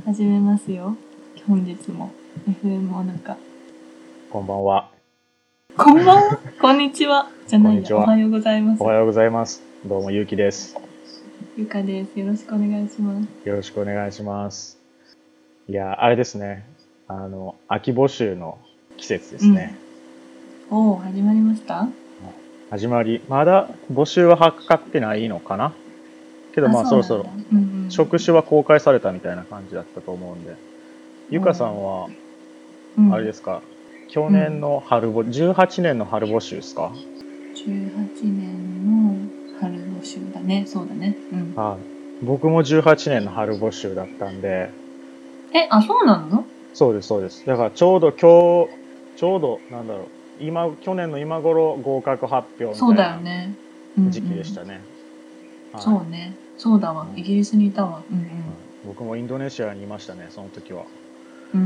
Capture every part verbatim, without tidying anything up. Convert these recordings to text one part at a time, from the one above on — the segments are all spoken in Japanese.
始めますよ。本日も エフエム おなか。 こんばんは。 こんばんは。こんにちは。じゃないや。おはようございます。 おはようございます。どうもゆうきです。 ゆかです。よろしくお願いします。 よろしくお願いします。いや、あれですね。あの秋募集の季節ですね。 うん、おお、始まりました。 始まり、まだ募集はかかってないのかな。けどまあそろそろ、うんうん、職種は公開されたみたいな感じだったと思うんで。ゆかさんは、あれですか、うん、去年の春募、じゅうはちねんの春募集ですか？ じゅうはちねんの春募集だね。そうだね。うん。 はい。僕もじゅうはちねんの春募集だったんで。 え、あ、そうなの？ そうです、そうです。だからちょうど今日、ちょうど、なんだろう、今、去年の今頃合格発表みたいな時期でしたね。 そうだよね。うんうん、はい、そうね。そうだわ。イギリスにいたわ。うんうん。 僕もインドネシアにいましたね、その時は。 うん。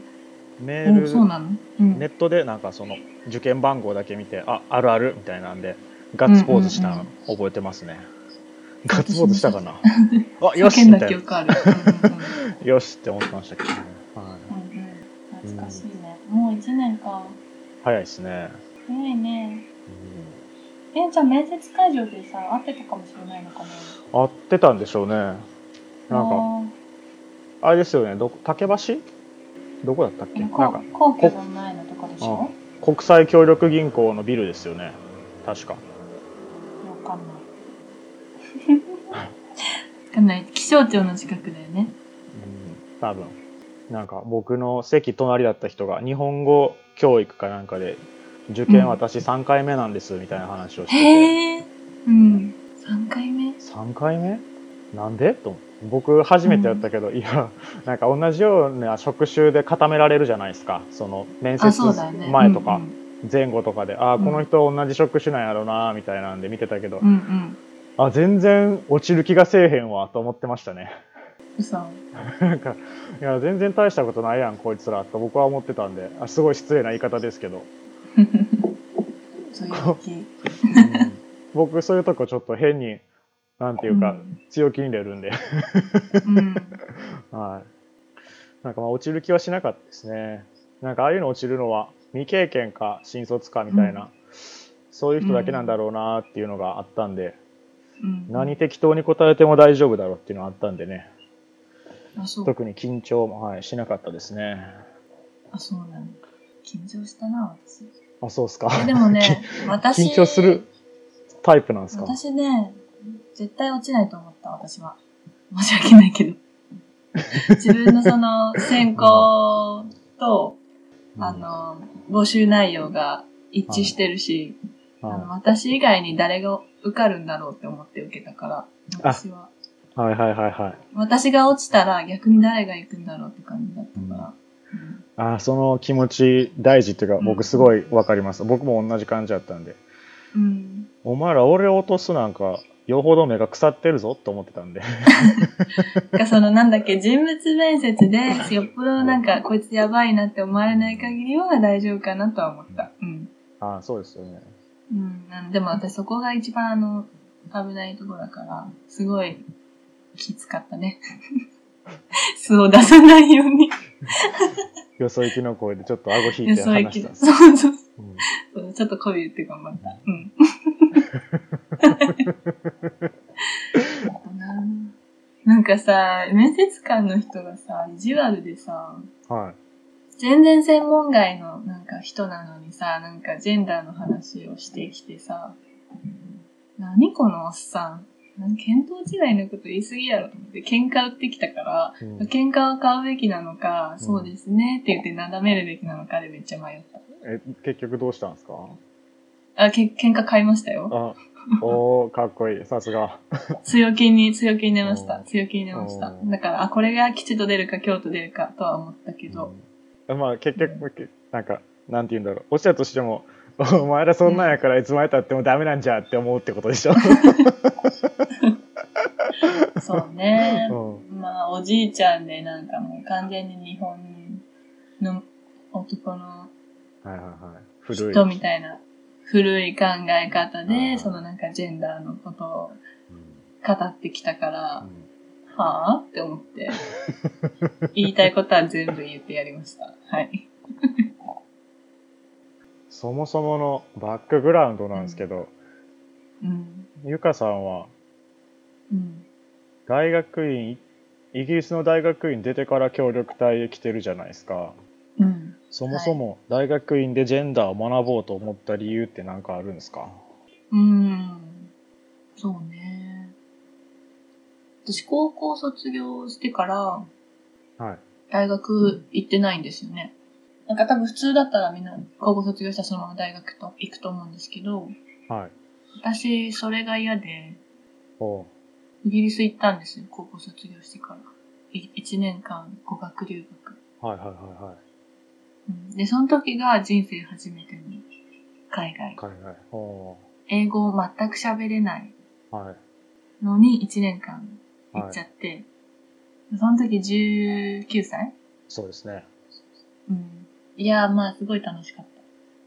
メール、 そうなの？うん、 ネットでなんかその受験番号だけ見て、あ、あるあるみたいなんで、ガッツポーズしたの覚えてますね。うんうんうん、ガッツポーズしたかなあ、よしみたいな。よしって思ってましたけどね。はい、 うんうん、懐かしいね。うん、もういちねんか。 早いですね。 早いね。うん、え、じゃあ面接会場でさ、会ってたかもしれないのかな？ 会ってたんでしょうね。なんか、あれですよね、ど竹橋どこだったっけ？なんか皇居の前のとこでしょ？ 国際協力銀行のビルですよね、確か。 わかんないわかんない。気象庁の近くだよね。 うん、多分。なんか僕の席隣だった人が日本語教育かなんかで受験私さんかいめなんですみたいな話をしてて、 へー、うん、さんかいめ ? さん 回目なんでと僕初めてやったけど、うん、いやなんか同じような職種で固められるじゃないですか、その面接前とか前後とかで、あ、うんうん、あこの人同じ職種なんやろうなみたいなんで見てたけど、うんうん、あ全然落ちる気がせえへんわと思ってましたね。 嘘なんかいや全然大したことないやんこいつらと僕は思ってたんで、あすごい失礼な言い方ですけど強気、うん、 僕そういうとこちょっと変になんていうか、うん、強気に出るんで、うん、はい。なんかまあ落ちる気はしなかったですね。なんかああいうの落ちるのは未経験か新卒かみたいな、うん、そういう人だけなんだろうなっていうのがあったんで、うん、何適当に答えても大丈夫だろうっていうのがあったんでね。あそう特に緊張も、はい、しなかったですね。 あ、そうなの。緊張したな、私。 あ、そうっすか。 でもね、私。 緊張するタイプなんですか？ 私ね、絶対落ちないと思った、私は。申し訳ないけど。自分のその選考と、うん、あの、募集内容が一致してるし、はい、あの私以外に誰が受かるんだろうって思って受けたから、私は。 はいはいはいはい。 私が落ちたら逆に誰が行くんだろうって感じだったから。 うん、あ、その気持ち大事っていうか、僕すごいわかります。うん、僕も同じ感じだったんで。うん、お前ら俺を落とすなんか、よほど目が腐ってるぞと思ってたんで。 かそのなんだっけ、人物面接で、よっぽどなんかこいつやばいなって思われない限りは大丈夫かなとは思った。うん。ああ、そうですよね。 うん。でも私そこが一番あの、危ないところだから、すごいきつかったね。素を出さないように。 よそ行きの声でちょっと顎引いて話した。 そうそう、うん。ちょっと声言って頑張った。うん。なんかさ、面接官の人がさ、意地悪でさ、はい、全然専門外のなんか人なのにさ、なんかジェンダーの話をしてきてさ、何このおっさん。見当違いのこと言い過ぎやろと思って喧嘩売ってきたから、うん、喧嘩を買うべきなのか、うん、そうですねって言ってなだめるべきなのかでめっちゃ迷った。 え、結局どうしたんですか？ あ、け、喧嘩買いましたよ。 あ、おー、かっこいい。さすが。 強気に、強気に出ました。強気に出ました。だから、あ、これが吉と出るか京と出るかとは思ったけど。 うん、まあ、結局、うん、なんか、なんて言うんだろう。落ちたとしても、お前らそんなんやからいつまでたってもダメなんじゃって思うってことでしょ。 そうね、うん。まあ、おじいちゃんでなんかもう完全に日本の男の人みたいな古い考え方で、そのなんかジェンダーのことを語ってきたから、うん、 はぁって思って、言いたいことは全部言ってやりました。はい。 そもそものバックグラウンドなんですけど、 うん。 ゆかさんは、 うん。 大学院、イギリスの大学院出てから協力隊へ来てるじゃないですか。 うん。 そもそも大学院でジェンダーを学ぼうと思った理由って何かあるんですか？ うーん。そうね。私、高校卒業してから、 はい。 大学行ってないんですよね。なんか多分普通だったらみんな高校卒業したらそのまま大学と行くと思うんですけど、 はい。 私、それが嫌で、 おう。 イギリス行ったんですよ、高校卒業してから。いいちねんかん語学留学。 はいはいはいはい。 うん、で、その時が人生初めての海外。 海外。おう。 英語を全く喋れないはい。 のにいちねんかん行っちゃって、はい、その時じゅうきゅうさい？ そうですね。 うん。いやー、まあすごい楽しかった。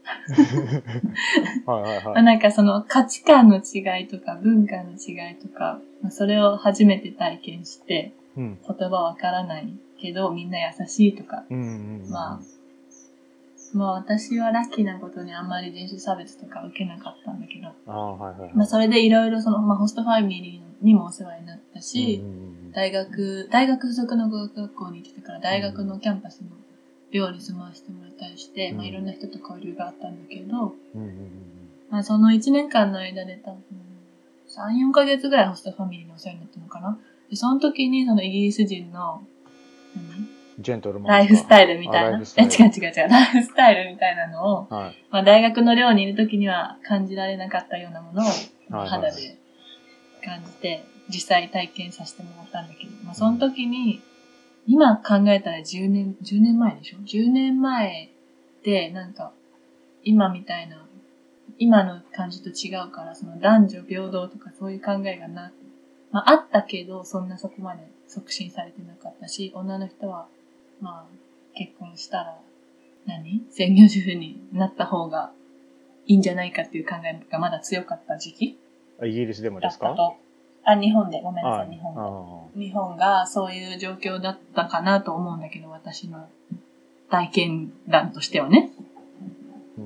はいはいはい。 なんかその価値観の違いとか文化の違いとか、それを初めて体験して、うん、言葉わからないけどみんな優しいとか、うんうんうん、まあ、まあ私はラッキーなことにあんまり人種差別とか受けなかったんだけど、あ、はいはいはい、まあそれでいろいろその、まあホストファミリーにもお世話になったし、うんうんうん、大学、大学附属の語学学校に行ってたから大学のキャンパスの寮に住まわせてもらったりして、うん、まあいろんな人と交流があったんだけど、うんうんうん、まあそのいちねんかんの間で多分さん、よんかげつぐらいホストファミリーにお世話になったのかな。で、その時にそのイギリス人の、何？ ジェントルマンライフスタイルみたいな。え、違う違う違う。ライフスタイルみたいなのを、はい、まあ大学の寮にいる時には感じられなかったようなものを肌で感じて、実際体験させてもらったんだけど、まあその時に、今考えたらじゅうねん、じゅうねんまえでしょ ?じゅう 年前でなんか、今みたいな、今の感じと違うから、その男女平等とかそういう考えがな、まああったけど、そんなそこまで促進されてなかったし、女の人は、まあ、結婚したら、何？専業主婦になった方がいいんじゃないかっていう考えがまだ強かった時期？ イギリスでもですか？ あ、日本で。ごめんなさい、日本で。日本がそういう状況だったかなと思うんだけど、私の体験談としてはね。うん、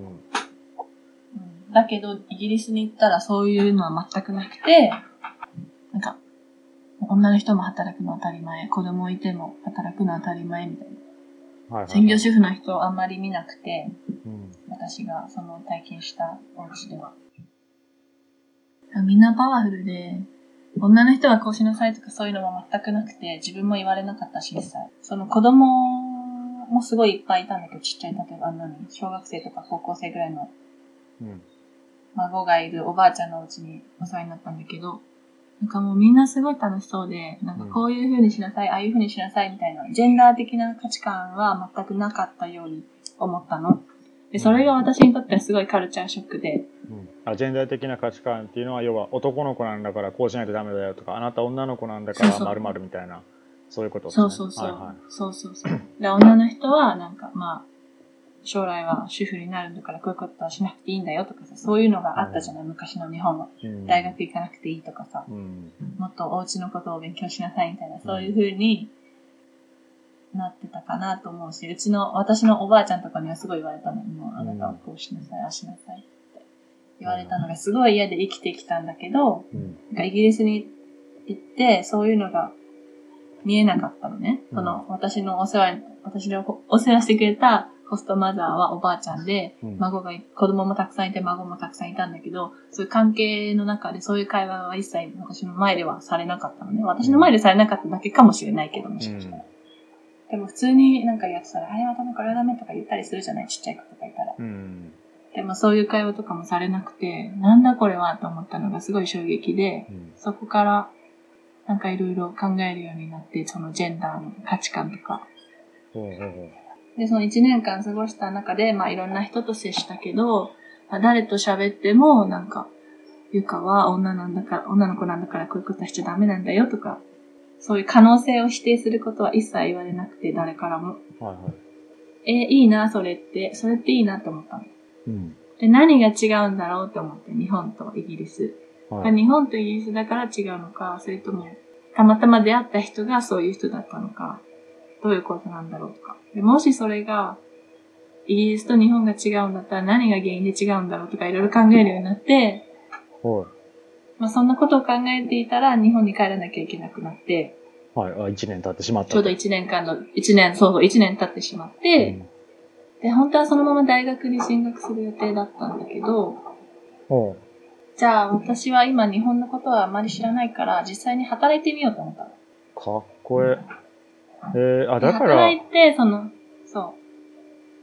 だけど、イギリスに行ったらそういうのは全くなくて、なんか、女の人も働くの当たり前、子供いても働くの当たり前みたいな。はいはいはい、専業主婦の人をあんまり見なくて、うん、私がその体験したお家では。みんなパワフルで、女の人はこうしなさいとかそういうのも全くなくて、自分も言われなかったし、実際。その子供もすごいいっぱいいたんだけど、ちっちゃい、例えばあんなに、小学生とか高校生ぐらいの孫がいるおばあちゃんのお家にお世話になったんだけど、なんかもうみんなすごい楽しそうで、なんかこういう風にしなさい、ああいう風にしなさいみたいな、ジェンダー的な価値観は全くなかったように思ったの。で、それが私にとってはすごいカルチャーショックで。 うん、あ、ジェンダー的な価値観っていうのは、要は男の子なんだからこうしないとダメだよとか、あなた女の子なんだから〇〇みたいな、そういうことですね。 そうそうそう。はいはい、そうそうそう。で、女の人はなんかまあ、将来は主婦になるんだからこういうことはしなくていいんだよとかさ、そういうのがあったじゃない、うん、昔の日本は、うん。大学行かなくていいとかさ、うん、もっとお家のことを勉強しなさいみたいな、そういう風になってたかなと思うし、うちの、私のおばあちゃんとかにはすごい言われたの。もうあなたはこうしなさい、ああしなさいって言われたのがすごい嫌で生きてきたんだけど、うん、なんかイギリスに行ってそういうのが見えなかったのね。うん、その私のお世話に、私のお世話してくれたホストマザーはおばあちゃんで、うん、孫が、子供もたくさんいて孫もたくさんいたんだけど、そういう関係の中でそういう会話は一切私の前ではされなかったのね。私の前でされなかっただけかもしれないけど、もしかしたら。でも普通になんかやってたら、あれはダメ、これはダメとか言ったりするじゃない、ちっちゃい子とかいたら。うん、でもそういう会話とかもされなくて、なんだこれはと思ったのがすごい衝撃で、うん、そこからなんかいろいろ考えるようになって、そのジェンダーの価値観とか。うんうんうん、で、その一年間過ごした中で、まあいろんな人と接したけど、まあ、誰と喋ってもなんか、ゆかは女なんだから、女の子なんだからこういうことはしちゃダメなんだよとか、そういう可能性を否定することは一切言われなくて、誰からも。はいはい、え、いいな、それって。それっていいなと思ったの。うん、で、何が違うんだろうと思って、日本とイギリス。はい、日本とイギリスだから違うのか、それともたまたま出会った人がそういう人だったのか、どういうことなんだろうとか。でもしそれが、イギリスと日本が違うんだったら何が原因で違うんだろうとかいろいろ考えるようになって、 はい。 まあそんなことを考えていたら日本に帰らなきゃいけなくなって、 はい。あ、一年経ってしまった。 ちょうど一年間の、一年、そうそう、一年経ってしまって、うん、で、本当はそのまま大学に進学する予定だったんだけど、 おうじゃあ私は今日本のことはあまり知らないから実際に働いてみようと思ったの。 かっこええ。えー、あ、だから。 働いて、その、そう。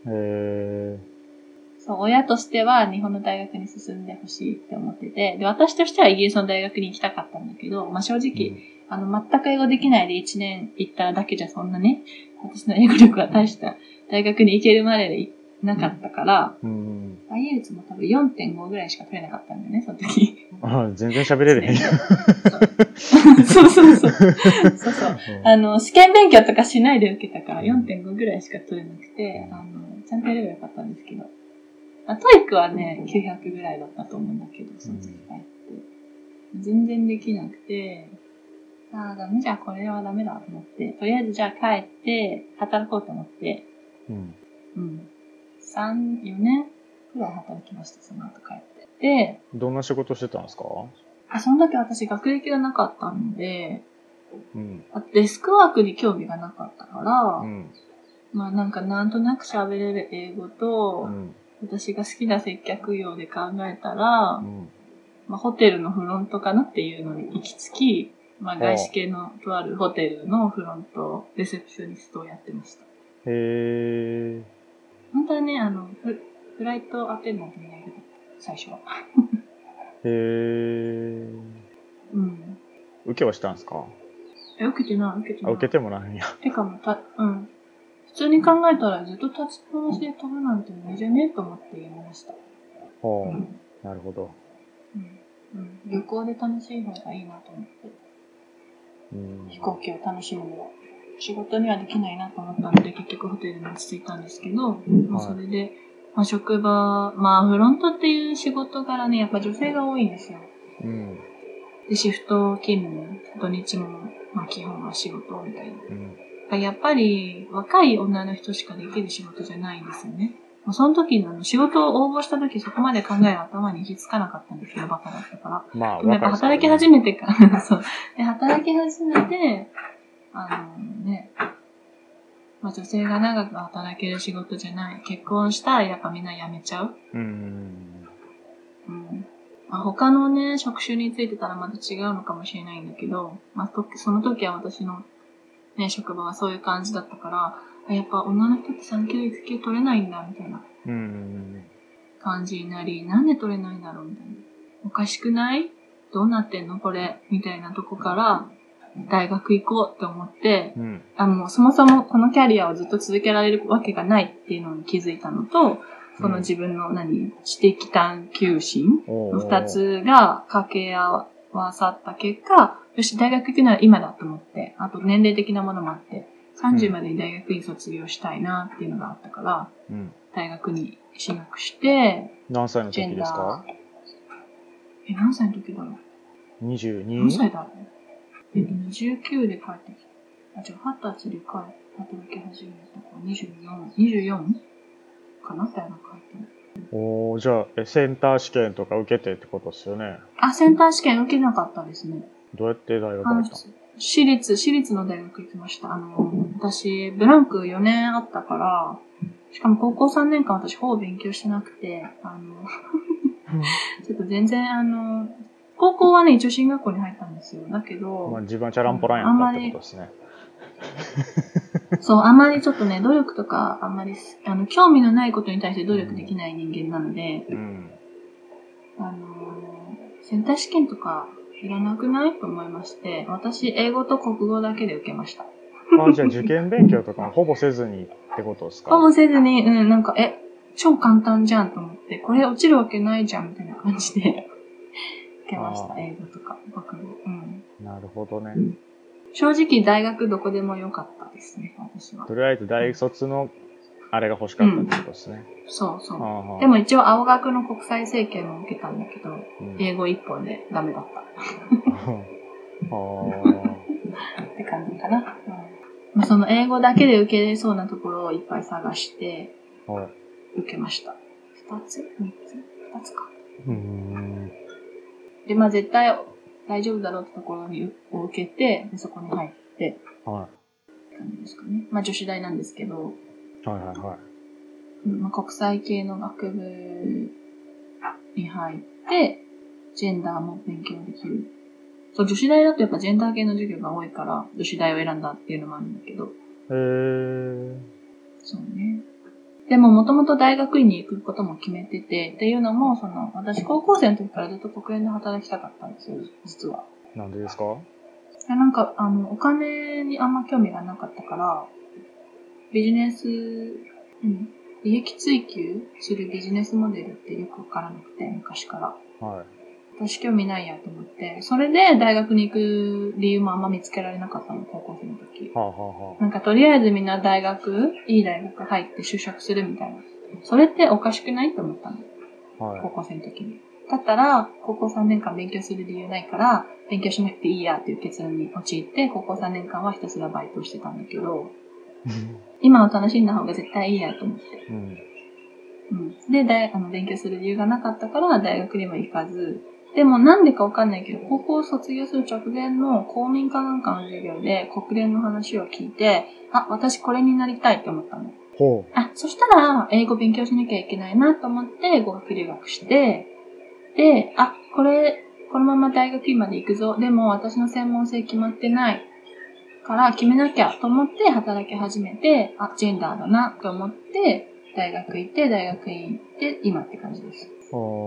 へえ。 そう、親としては日本の大学に進んでほしいって思ってて、で、私としてはイギリスの大学に行きたかったんだけど、まあ正直、うん、あの、全く英語できないでいちねん行っただけじゃそんなね、私の英語力は大した大学に行けるまででなかったから、うん、アイエルツ も多分 よんてんご ぐらいしか取れなかったんだよね、その時。 ああ、全然喋れるね。 そうそうそう。そうそう。あの、試験勉強とかしないで受けたから よんてんご ぐらいしか取れなくて、あの、ちゃんとやればよかったんですけど。トイックはね、きゅうひゃくぐらいだったと思うんだけど、その時帰って。全然できなくて、ああ、ダメじゃ、これはダメだと思って、とりあえずじゃあ帰って、働こうと思って、うん。うん。さん、よねんくらい働きました、その後帰って。で、 どんな仕事してたんですか？ あ、その時私学歴がなかったので、うん。デスクワークに興味がなかったから、うん。まあなんかなんとなく喋れる英語と、うん、私が好きな接客業で考えたら、うん、まあホテルのフロントかなっていうのに行き着き、まあ外資系のとあるホテルのフロント、レセプショニストをやってました。 へー。 本当はね、あの、フ, フライトアテンダントになりたかった、最初は。 へー。うん。受けはしたんですか？ え、受けてない、受けてない。 あ、受けてもないんや。 てかもた、うん。普通に考えたらずっと立ちっぱなしで飛ぶなんて無理じゃねえと思ってやめました。 ほう、うん、なるほど。 うん。うん。旅行で楽しい方がいいなと思って。うん。飛行機を楽しむのは。仕事にはできないなと思ったので、結局ホテルに落ち着いたんですけど、まあ、それで、まあ、職場、まあ、フロントっていう仕事柄ね、やっぱ女性が多いんですよ。うん。で、シフト勤務、土日も、まあ、基本は仕事みたいな。うん。やっぱり、若い女の人しかできる仕事じゃないんですよね。その時のあの仕事を応募した時そこまで考えが頭に行きつかなかったんですけど、バカだったから。まあ、でもやっぱ働き始めてから、そう。で、働き始めて、あのね、まあ、女性が長く働ける仕事じゃない。結婚したらやっぱみんな辞めちゃう。うん。うん。まあ、他のね、職種についてたらまた違うのかもしれないんだけど、まあ、その時は私のね、職場はそういう感じだったから、やっぱ女の人って産休育休取れないんだ、みたいな感じになり、なんで取れないんだろう、みたいな。おかしくない？どうなってんのこれみたいなとこから、大学行こうって思って、うん、あもうそもそもこのキャリアをずっと続けられるわけがないっていうのに気づいたのと、その自分の何、知的探求心の二つが掛け合わさった結果、よし、大学行くなら今だと思って、あと年齢的なものもあって、さんじゅうまでに大学院卒業したいなっていうのがあったから、うん、大学に進学して、 何歳の時ですか？ え、何歳の時だろうにじゅうに? 何歳だろうえっとね、じゅうきゅうで帰ってきた。あ、じゃあ、二十歳で帰働き始めたから、にじゅうよん、にじゅうよんかな大学帰ってる。 おー、じゃあえ、センター試験とか受けてってことですよね。 あ、センター試験受けなかったですね。 どうやって大学入ったの？ 私立、私立の大学行きました。あの、私、ブランクよねんあったから、しかも高校さんねんかん私ほぼ勉強してなくて、あの、ちょっと全然あの、高校はね、一応進学校に入ったんですよ。だけど、 まあ、自分はチャランポランやったってことですね。 そう、あまりちょっとね、努力とか、あんまり、あの、興味のないことに対して努力できない人間なので、うん、あの、センター試験とかいらなくないと思いまして、私、英語と国語だけで受けました。 あ、じゃあ受験勉強とかもほぼせずにってことですか？ ほぼせずに、うん、なんか、え、超簡単じゃんと思って、これ落ちるわけないじゃんみたいな感じで受けました、英語とか国語。うん。 なるほどね。 正直大学どこでも良かったですね、私は。 とりあえず大卒のあれが欲しかったってことですね。 うん、そうそう。でも一応青学の国際政経も受けたんだけど、うん、英語一本でダメだった。 って感じかな。うんまあ、その英語だけで受けれそうなところをいっぱい探して、受けました。二つ三つ二つか。うーんで、まあ絶対大丈夫だろうってところにを受けて、でそこに入って、はい。感じですかね。まあ女子大なんですけど、はいはいはい。まあ、国際系の学部に入って、ジェンダーも勉強できる。そう、女子大だとやっぱジェンダー系の授業が多いから、女子大を選んだっていうのもあるんだけど。へー。そうね。でももともと大学院に行くことも決めてて、っていうのも、その、私高校生の時からずっと国連で働きたかったんですよ、実は。 なんでですか？ いや、なんか、あの、お金にあんま興味がなかったから、ビジネス、うん、利益追求するビジネスモデルってよくわからなくて、昔から。はい。私興味ないやと思って、それで大学に行く理由もあんま見つけられなかったの、高校生の時。はあはあはあ、なんかとりあえずみんな大学、いい大学入って就職するみたいな。それっておかしくないと思ったの。はい、高校生の時に。だったら、高校さんねんかん勉強する理由ないから、勉強しなくていいやっていう結論に陥って、高校さんねんかんはひたすらバイトをしてたんだけど、今を楽しんだ方が絶対いいやと思って。うんうん、で、大あの勉強する理由がなかったから大学にも行かず、でもなんでかわかんないけど、高校を卒業する直前の公民かなんかの授業で国連の話を聞いて、あ、私これになりたいって思ったの。ほう。あ、そしたら英語勉強しなきゃいけないなと思って語学留学して、で、あ、これ、このまま大学院まで行くぞ。でも私の専門性決まってないから決めなきゃと思って働き始めて、あ、ジェンダーだなと思って、大学行って、大学院行って、今って感じです。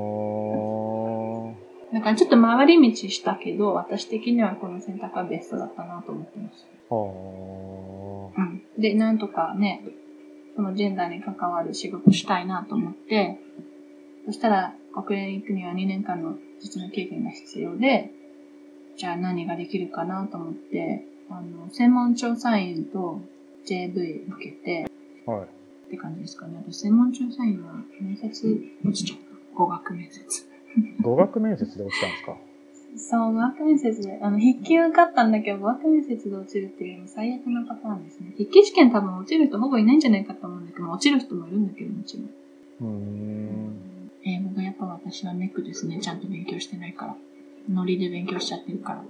だからちょっと回り道したけど、私的にはこの選択はベストだったなと思ってます。うん。で、なんとかね、そのジェンダーに関わる仕事したいなと思って、そしたら国連行くにはにねんかんの実務経験が必要で、じゃあ何ができるかなと思って、あの、専門調査員と ジェーブイ 受けて、はい。って感じですかね。私、専門調査員は面接落ちちゃった。語学面接。 語学面接で落ちたんですか？ そう、語学面接で。あの、筆記受かったんだけど、語学面接で落ちるっていうの最悪なパターンですね。筆記試験多分落ちる人ほぼいないんじゃないかと思うんだけど、落ちる人もいるんだけど、もちろん。うーん。英語がやっぱ私はネックですね。ちゃんと勉強してないから。ノリで勉強しちゃってるから。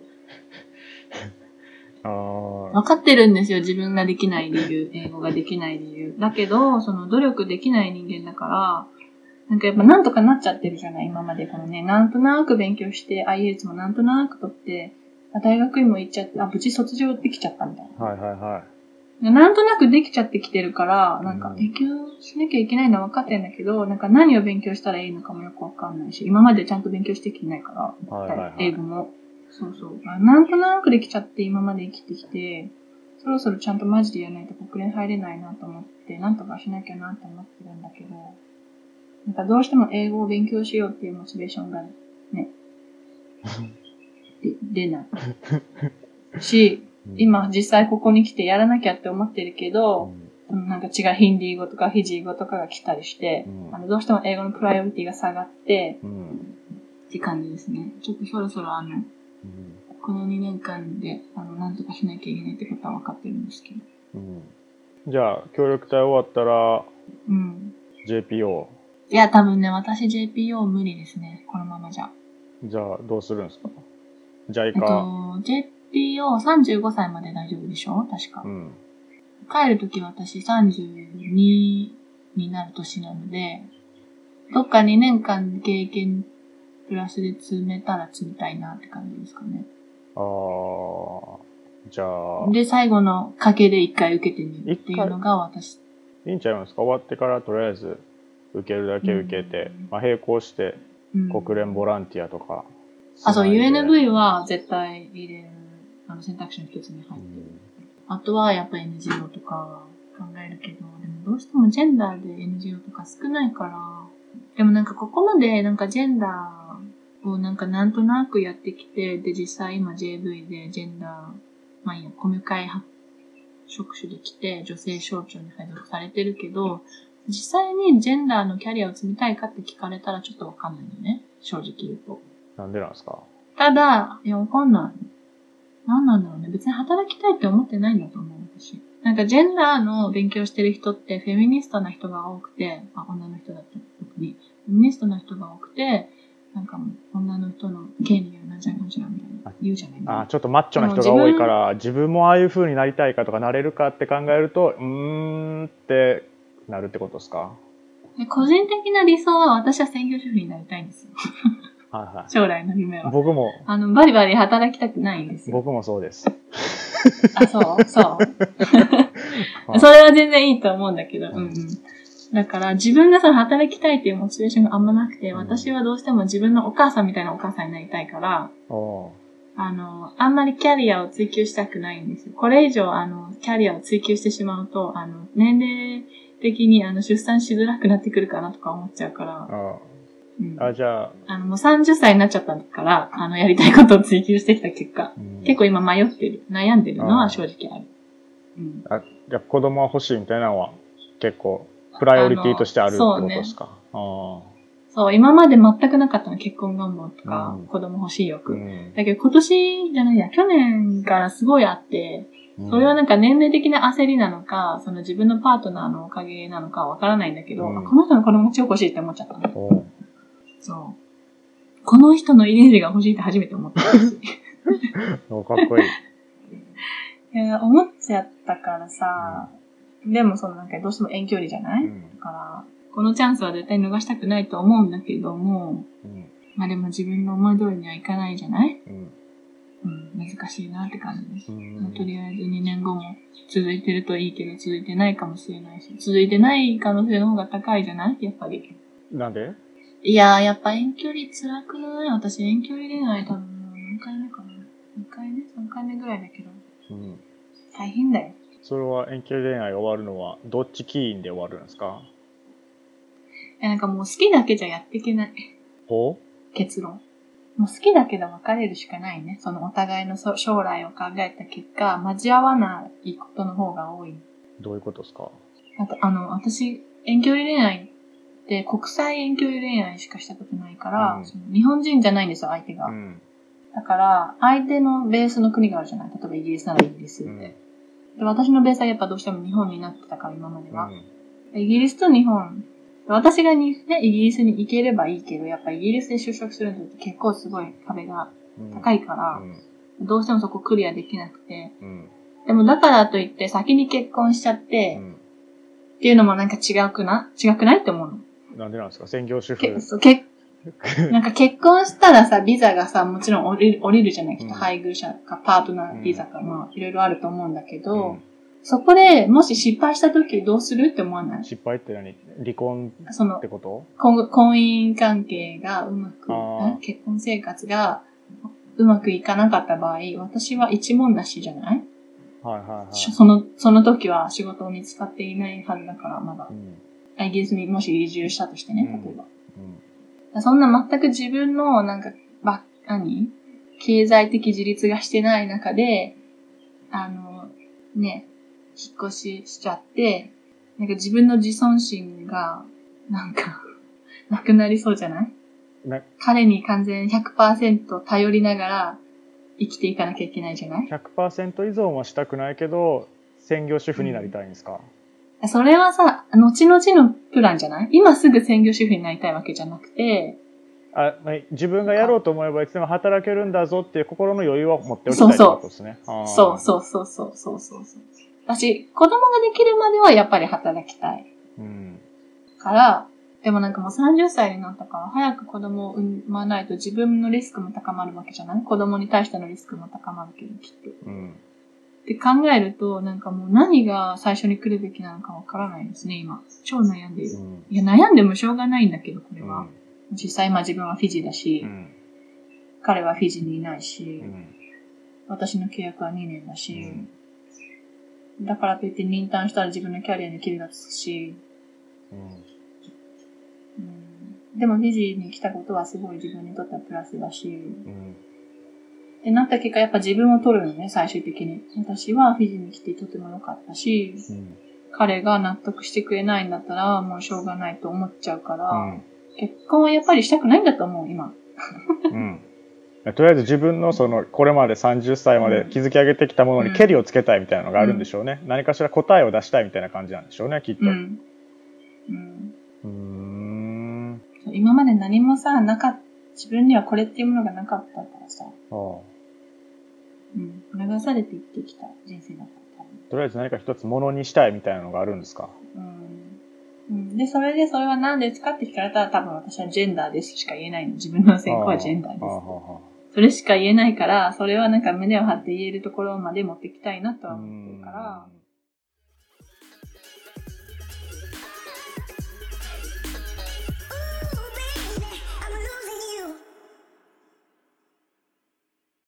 あ分かってるんですよ。自分ができない理由。英語ができない理由。だけど、その努力できない人間だから、なんかやっぱなんとかなっちゃってるじゃない今までこのね、なんとなく勉強して、アイエルツ もなんとなく取って、大学院も行っちゃって、あ、無事卒業できちゃったみたいな。はいはいはい。なんとなくできちゃってきてるから、なんか勉強しなきゃいけないのは分かってるんだけど、なんか何を勉強したらいいのかもよく分かんないし、今までちゃんと勉強してきてないから、はいはいはい、英語も。そうそう。なんとなくできちゃって今まで生きてきて、そろそろちゃんとマジでやらないと国連入れないなと思って、なんとかしなきゃなと思ってるんだけど、なんかどうしても英語を勉強しようっていうモチベーションがね、で出ない。し、今実際ここに来てやらなきゃって思ってるけど、うん、なんか違うヒンディー語とかフィジー語とかが来たりして、うん、あのどうしても英語のプライオリティが下がって、うん、って感じですね。ちょっとそろそろあの、うん、このにねんかんであのなんとかしなきゃいけないってことは分かってるんですけど。 うん、じゃあ協力隊終わったら、うん、ジェーピーオー。 いや、多分ね、私 ジェーピーオー 無理ですね。このままじゃ。 じゃあ、どうするんですか？ジャイカ。 えっと、ジェーピーオーさんじゅうごさいまで大丈夫でしょ確か。うん。帰るとき私さんじゅうにになる年なので、どっかにねんかん経験プラスで積めたら積みたいなって感じですかね。あー、じゃあ。で、最後の賭けで一回受けてみるっていうのが私。 いいんちゃいますか？終わってからとりあえず、受けるだけ受けて、うんまあ、並行して国連ボランティアとか、 うん、あ、そう、ユーエヌブイ は絶対入れる、あの選択肢の一つに入ってる。うん、あとはやっぱり エヌジーオー とか考えるけど、でもどうしてもジェンダーで エヌジーオー とか少ないから、でもなんかここまでなんかジェンダーをなんかなんとなくやってきて、で実際今 ジェーブイ でジェンダー、まあいいや、コミュ会職種で来て女性省庁に配属されてるけど、実際にジェンダーのキャリアを積みたいかって聞かれたらちょっとわかんないよね。正直言うと。 なんでなんですか？ ただ、いや、わかんない。 なんなんだろうね。別に働きたいって思ってないんだと思う、私。なんかジェンダーの勉強してる人ってフェミニストな人が多くて、あ、女の人だった特に。フェミニストな人が多くて、なんかもう女の人の権利がなんちゃらなんちゃらみたいな言うじゃない。 あ、ちょっとマッチョな人が多いから、自分もああいう風になりたいかとかなれるかって考えると、うーんってなるってことですか？ 個人的な理想は私は専業主婦になりたいんですよ。 はいはい。 将来の夢は。 僕も。 あの、バリバリ働きたくないんですよ。 僕もそうです。 あ、そうそうそれは全然いいと思うんだけど。うんうん。だから自分がその働きたいっていうモチベーションがあんまなくて、うん、私はどうしても自分のお母さんみたいなお母さんになりたいから、あの、あんまりキャリアを追求したくないんですよ。これ以上、あの、キャリアを追求してしまうと、あの、年齢的にあの出産しづらくなってくるかなとか思っちゃうから。 あ、うん、あじゃあ。 あの、もうさんじゅっさいになっちゃったから、あの、やりたいことを追求してきた結果、うん、結構今迷ってる、悩んでるのは正直ある。 うん。あ、じゃあ子供は欲しいみたいなのは結構、プライオリティとしてあるってことですか？そうね。あそう、今まで全くなかったの、結婚願望とか、うん、子供欲しい欲、うん。だけど今年じゃないや、去年からすごいあって、それはなんか年齢的な焦りなのか、その自分のパートナーのおかげなのかわからないんだけど、うん、この人の子供超欲しいって思っちゃったの。そう。この人の遺伝子が欲しいって初めて思ったし。かっこいい。 いや、思っちゃったからさ、うん、でもそのなんかどうしても遠距離じゃない、うん、だから、このチャンスは絶対逃したくないと思うんだけども、うん、まあでも自分の思い通りにはいかないじゃない、うんうん、難しいなって感じです、うんまあ。とりあえずにねんごも続いてるといいけど続いてないかもしれないし、続いてない可能性の方が高いじゃないやっぱり。 なんで？ いやー、やっぱ遠距離辛くない？私遠距離恋愛多分何回目かな ?に 回目 ?さん 回目ぐらいだけど。うん。大変だよ。 それは遠距離恋愛終わるのはどっち起因で終わるんですか？ いや、なんかもう好きだけじゃやっていけない。 ほう？ 結論。もう好きだけど別れるしかないね。そのお互いの将来を考えた結果、交わないことの方が多い。 どういうことですか？ あと、あの、私、遠距離恋愛って国際遠距離恋愛しかしたことないから、うん、その日本人じゃないんですよ、相手が。うん、だから、相手のベースの国があるじゃない。例えばイギリスならイギリスって。うん、で私のベースはやっぱどうしても日本になってたから、今までは。うん、イギリスと日本、私がに、ね、イギリスに行ければいいけど、やっぱイギリスで就職するのって結構すごい壁が高いから、うん、どうしてもそこクリアできなくて。うん、でもだからといって先に結婚しちゃって、うん、っていうのもなんか違うくな違くないって思うの。 なんでなんですか？専業主婦。 けそうけなんか結婚したらさ、ビザがさ、もちろん降りる、降りるじゃないけど、うん、配偶者かパートナービザか、まあいろいろあると思うんだけど、うんそこで、もし失敗した時どうするって思わない？ 失敗って何？離婚ってこと？ 婚姻関係がうまく、結婚生活がうまくいかなかった場合、私は一文なしじゃない？はいはいはい。その、その時は仕事を見つかっていないはずだから、まだ。うん、イギリスにもし移住したとしてね、例えば。うんうん、そんな全く自分の、なんか、ば、何？経済的自立がしてない中で、あの、ね、引っ越ししちゃって、なんか自分の自尊心が、なんか、なくなりそうじゃない？ね、彼に完全ひゃくパーセント頼りながら生きていかなきゃいけないじゃない？ ひゃくパーセント 依存はしたくないけど、専業主婦になりたいんですか？ うん、それはさ、後々のプランじゃない？今すぐ専業主婦になりたいわけじゃなくて、 あ、自分がやろうと思えばいつでも働けるんだぞっていう心の余裕を持っておきたいってことですね。 そうそうそうそうそうそうそう。私、子供ができるまではやっぱり働きたい。うん。から、でもなんかもうさんじゅっさいになったから、早く子供を産まないと自分のリスクも高まるわけじゃない？子供に対してのリスクも高まるけど、きっと。うん。って考えると、なんかもう何が最初に来るべきなのかわからないですね、今。超悩んでいる。うん、いや、悩んでもしょうがないんだけど、これは。うん、実際、まあ自分はフィジーだし、うん、彼はフィジーにいないし、うん、私の契約はにねんだし、うんだからといって任担したら自分のキャリアに切りがつくし、うんうん、でもフィジーに来たことはすごい自分にとってはプラスだし、うん、ってなった結果やっぱ自分を取るのね、最終的に。私はフィジーに来てとても良かったし、うん、彼が納得してくれないんだったらもうしょうがないと思っちゃうから、うん、結婚はやっぱりしたくないんだと思う、今。 うんとりあえず自分のそのこれまでさんじゅっさいまで築き上げてきたものにケリをつけたいみたいなのがあるんでしょうね、うん、何かしら答えを出したいみたいな感じなんでしょうねきっと、うんうん、うーん今まで何もさなかった自分にはこれっていうものがなかったからさ、ああうん、流されていってきた人生だった。 とりあえず何か一つものにしたいみたいなのがあるんですか、 うんうん、で、それでそれは何ですかって聞かれたら多分私はジェンダーですしか言えないの。自分の専攻はジェンダーです。それしか言えないから、それはなんか胸を張って言えるところまで持ってきたいなとは思ってるから、